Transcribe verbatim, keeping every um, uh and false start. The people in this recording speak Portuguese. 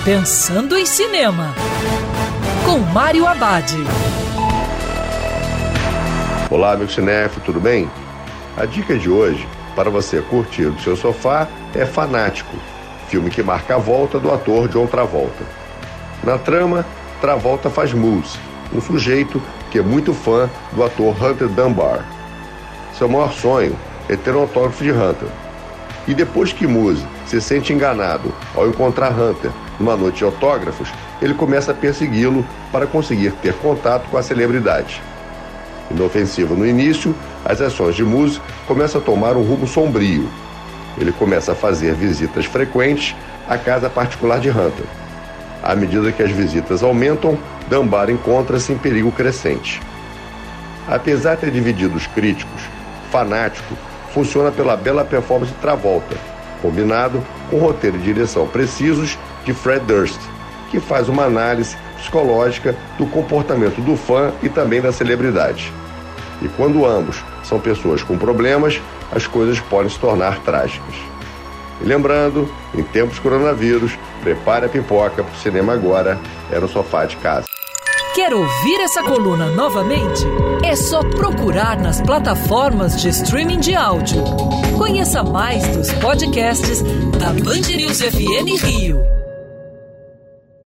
Pensando em Cinema, com Mário Abad. Olá, amigo cinéfilo, tudo bem? A dica de hoje, para você curtir do seu sofá, é Fanático, filme que marca a volta do ator John Travolta. Na trama, Travolta faz Moose, um sujeito que é muito fã do ator Hunter Dunbar. Seu maior sonho é ter um autógrafo de Hunter. E depois que Moose se sente enganado ao encontrar Hunter numa noite de autógrafos, ele começa a persegui-lo para conseguir ter contato com a celebridade. Inofensivo no início, as ações de Moose começam a tomar um rumo sombrio. Ele começa a fazer visitas frequentes à casa particular de Hunter. À medida que as visitas aumentam, Dunbar encontra-se em perigo crescente. Apesar de ter dividido os críticos, Fanático funciona pela bela performance de Travolta, combinado com roteiro e direção precisos de Fred Durst, que faz uma análise psicológica do comportamento do fã e também da celebridade. E quando ambos são pessoas com problemas, as coisas podem se tornar trágicas. E lembrando, em tempos de coronavírus, prepare a pipoca para o cinema agora, é no sofá de casa. Quer ouvir essa coluna novamente? É só procurar nas plataformas de streaming de áudio. Conheça mais dos podcasts da Band News F M Rio.